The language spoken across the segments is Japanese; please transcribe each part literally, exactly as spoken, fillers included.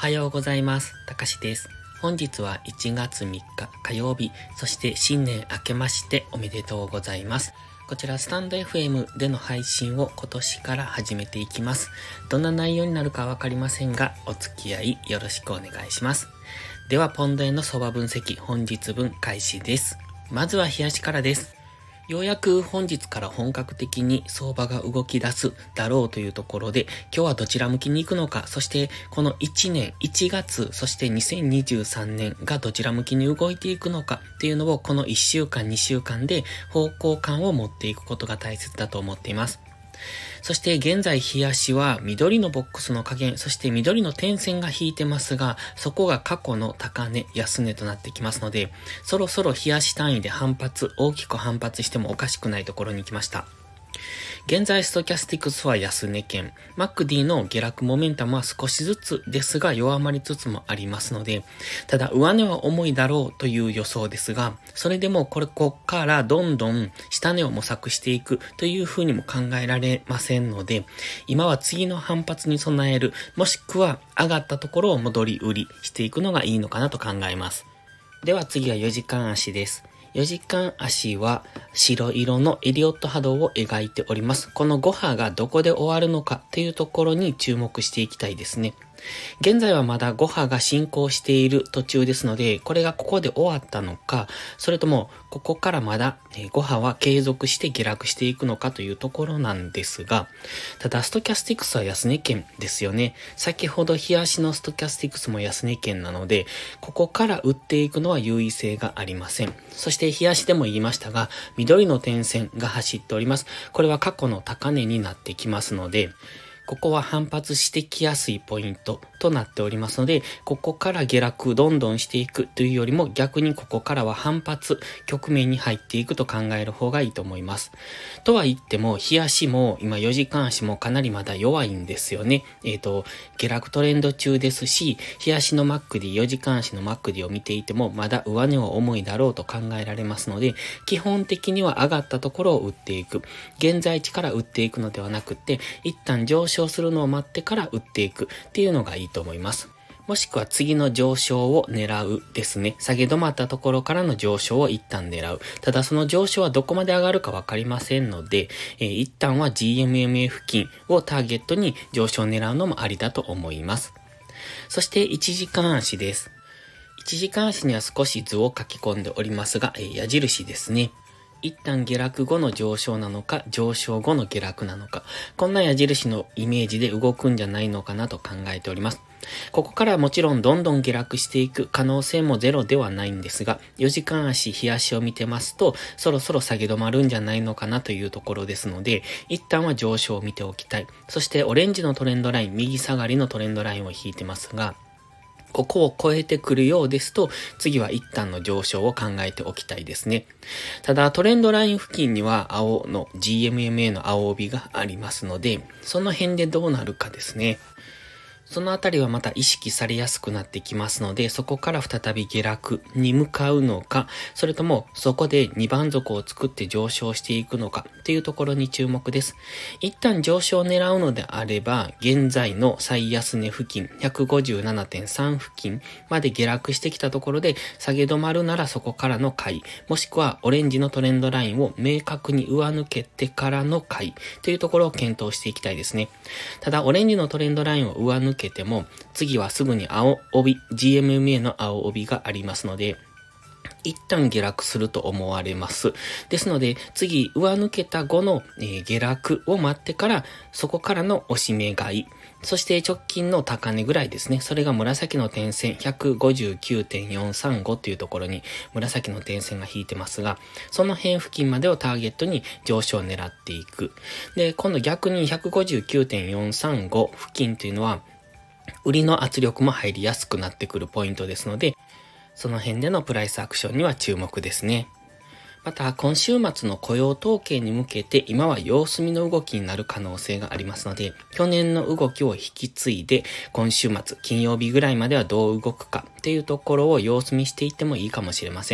はようございます。たかしです。本日はいちがつみっか火曜日、そして新年明けましておめでとうございます。こちらスタンド エフエム での配信を今年から始めていきます。どんな内容になるかわかりませんが、お付き合いよろしくお願いします。ではポンド円の相場分析、本日分開始です。まずは冷やしからです。ようやく本日から本格的に相場が動き出すだろうというところで、今日はどちら向きに行くのか、そしてこのいちねん、いちがつ、そしてにせんにじゅうさんねんがどちら向きに動いていくのかっていうのをこのいっしゅうかん、にしゅうかんで方向感を持っていくことが大切だと思っています。そして現在冷やしは緑のボックスの加減、そして緑の点線が引いてますが、そこが過去の高値、安値となってきますので、そろそろ冷やし単位で反発、大きく反発してもおかしくないところに来ました。現在ストキャスティクスは安値圏、マックディ の下落モメンタムは少しずつですが弱まりつつもありますので、ただ上値は重いだろうという予想ですが、それでもこれこっからどんどん下値を模索していくというふうにも考えられませんので、今は次の反発に備える、もしくは上がったところを戻り売りしていくのがいいのかなと考えます。では次はよじかん足です。よじかん足は白色のエリオット波動を描いております。このご波がどこで終わるのかというところに注目していきたいですね。現在はまだご波が進行している途中ですので、これがここで終わったのか、それともここからまだご波は継続して下落していくのかというところなんですが、ただストキャスティクスは安値圏ですよね。先ほど日足のストキャスティクスも安値圏なので、ここから売っていくのは優位性がありません。そして日足でも言いましたが、緑の点線が走っております。これは過去の高値になってきますので、ここは反発してきやすいポイントとなっておりますので、ここから下落どんどんしていくというよりも逆にここからは反発局面に入っていくと考える方がいいと思います。とは言っても、日足も今よじかん足もかなりまだ弱いんですよね。えっと、下落トレンド中ですし、日足のマックディ、よじかん足のマックディを見ていてもまだ上値は重いだろうと考えられますので、基本的には上がったところを売っていく。現在地から売っていくのではなくって、一旦上昇するのを待ってから売っていくっていうのがいいと思います。もしくは次の上昇を狙うですね。下げ止まったところからの上昇を一旦狙う。ただその上昇はどこまで上がるかわかりませんので、えー、一旦は ジーエムエムエー 付近をターゲットに上昇を狙うのもありだと思います。そしていちじかん足です。いちじかん足には少し図を書き込んでおりますが、えー、矢印ですね。一旦下落後の上昇なのか、上昇後の下落なのか、こんな矢印のイメージで動くんじゃないのかなと考えております。ここからもちろんどんどん下落していく可能性もゼロではないんですが、よじかん足、日足を見てますと、そろそろ下げ止まるんじゃないのかなというところですので、一旦は上昇を見ておきたい。そしてオレンジのトレンドライン、右下がりのトレンドラインを引いてますが、ここを超えてくるようですと、次は一旦の上昇を考えておきたいですね。ただ、トレンドライン付近には青の ジーエムエムエー の青帯がありますので、その辺でどうなるかですね。そのあたりはまた意識されやすくなってきますので、そこから再び下落に向かうのか、それともそこでにばん底を作って上昇していくのかっていうところに注目です。一旦上昇を狙うのであれば、現在の最安値付近 ひゃくごじゅうななてんさん 付近まで下落してきたところで下げ止まるならそこからの買い、もしくはオレンジのトレンドラインを明確に上抜けてからの買いというところを検討していきたいですね。ただオレンジのトレンドラインを上抜けけても次はすぐに青帯 ジーエムエムエー の青帯がありますので一旦下落すると思われます。ですので次上抜けた後の、えー、下落を待ってからそこからの押し目買い、そして直近の高値ぐらいですね。それが紫の点線 ひゃくごじゅうきゅうてんよんさんご というところに紫の点線が引いてますが、その辺付近までをターゲットに上昇を狙っていく。で、今度逆に ひゃくごじゅうきゅうてんよんさんご 付近というのは売りの圧力も入りやすくなってくるポイントですので、その辺でのプライスアクションには注目ですね。また、今週末の雇用統計に向けて今は様子見の動きになる可能性がありますので、去年の動きを引き継いで、今週末、金曜日ぐらいまではどう動くかっていうところを様子見していってもいいかもしれません。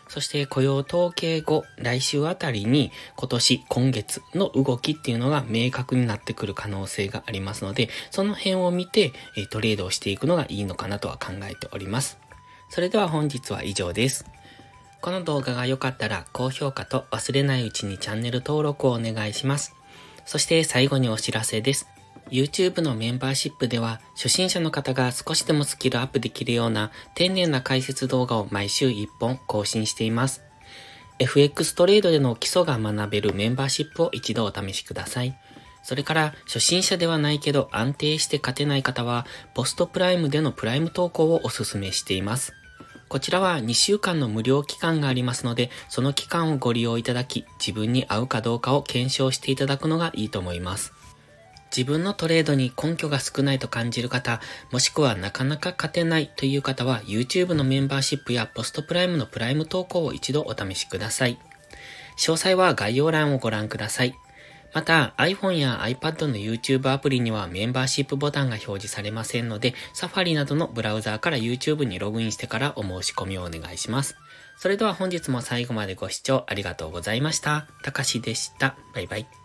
そして雇用統計後、来週あたりに今年、今月の動きっていうのが明確になってくる可能性がありますので、その辺を見てトレードをしていくのがいいのかなとは考えております。それでは本日は以上です。この動画が良かったら高評価と忘れないうちにチャンネル登録をお願いします。そして最後にお知らせです。YouTube のメンバーシップでは初心者の方が少しでもスキルアップできるような丁寧な解説動画を毎週いっぽん更新しています。エフエックス トレードでの基礎が学べるメンバーシップを一度お試しください。それから初心者ではないけど安定して勝てない方はポストプライムでのプライム投稿をお勧めしています。こちらはにしゅうかんの無料期間がありますので、その期間をご利用いただき、自分に合うかどうかを検証していただくのがいいと思います。自分のトレードに根拠が少ないと感じる方、もしくはなかなか勝てないという方は YouTube のメンバーシップやポストプライムのプライム投稿を一度お試しください。詳細は概要欄をご覧ください。また iPhone や iPad の YouTube アプリにはメンバーシップボタンが表示されませんので、Safari などのブラウザーから YouTube にログインしてからお申し込みをお願いします。それでは本日も最後までご視聴ありがとうございました。たかしでした。バイバイ。